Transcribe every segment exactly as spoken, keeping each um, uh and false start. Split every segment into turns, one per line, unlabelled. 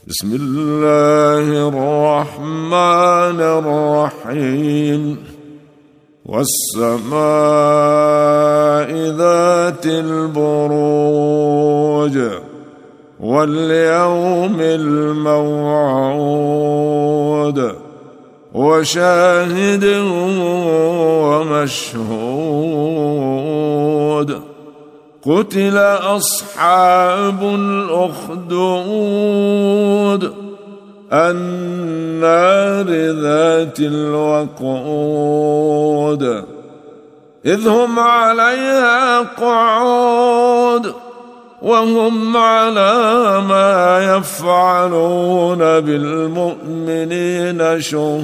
بسم الله الرحمن الرحيم والسماء ذات البروج واليوم الموعود وشاهد ومشهود قتل أصحاب الأخدود النار ذات الوقود إذ هم عليها قعود وهم على ما يفعلون بالمؤمنين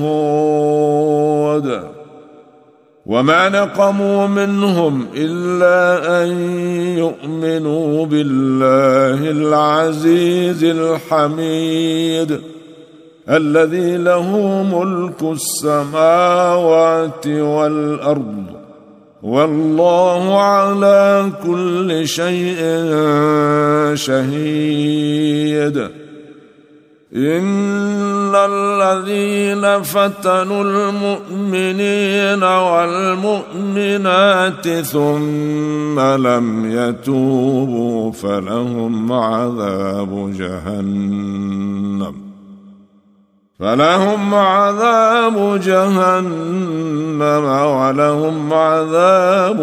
شهود وما نقموا منهم إلا أن يؤمنوا بالله العزيز الحميد الذي له ملك السماوات والأرض والله على كل شيء شهيد إن الذين فتنوا المؤمنين والمؤمنات ثم لم يتوبوا فلهم عذاب جهنم فلهم عذاب جهنم ولهم عذاب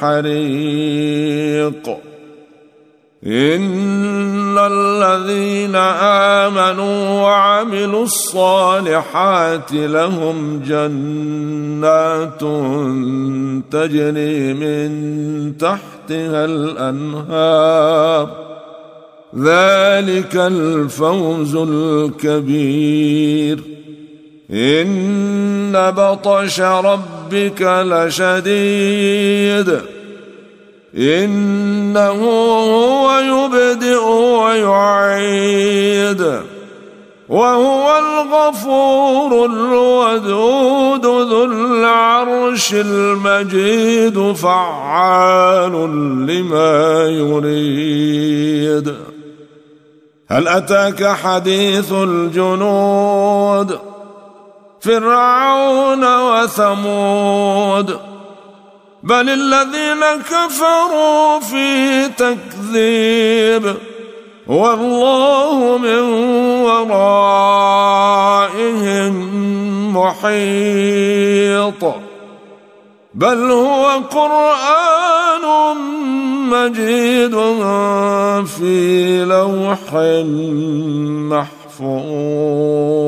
الحريق إن الذين آمنوا وعملوا الصالحات لهم جنات تجري من تحتها الأنهار ذلك الفوز الكبير إن بطش ربك لشديد إنه هو يبدئ ويعيد وهو الغفور الودود ذو العرش المجيد فعال لما يريد هل أتاك حديث الجنود فرعون وثمود بل الذين كفروا في تكذيب والله من ورائهم محيط بل هو قرآن مجيد في لوح محفوظ.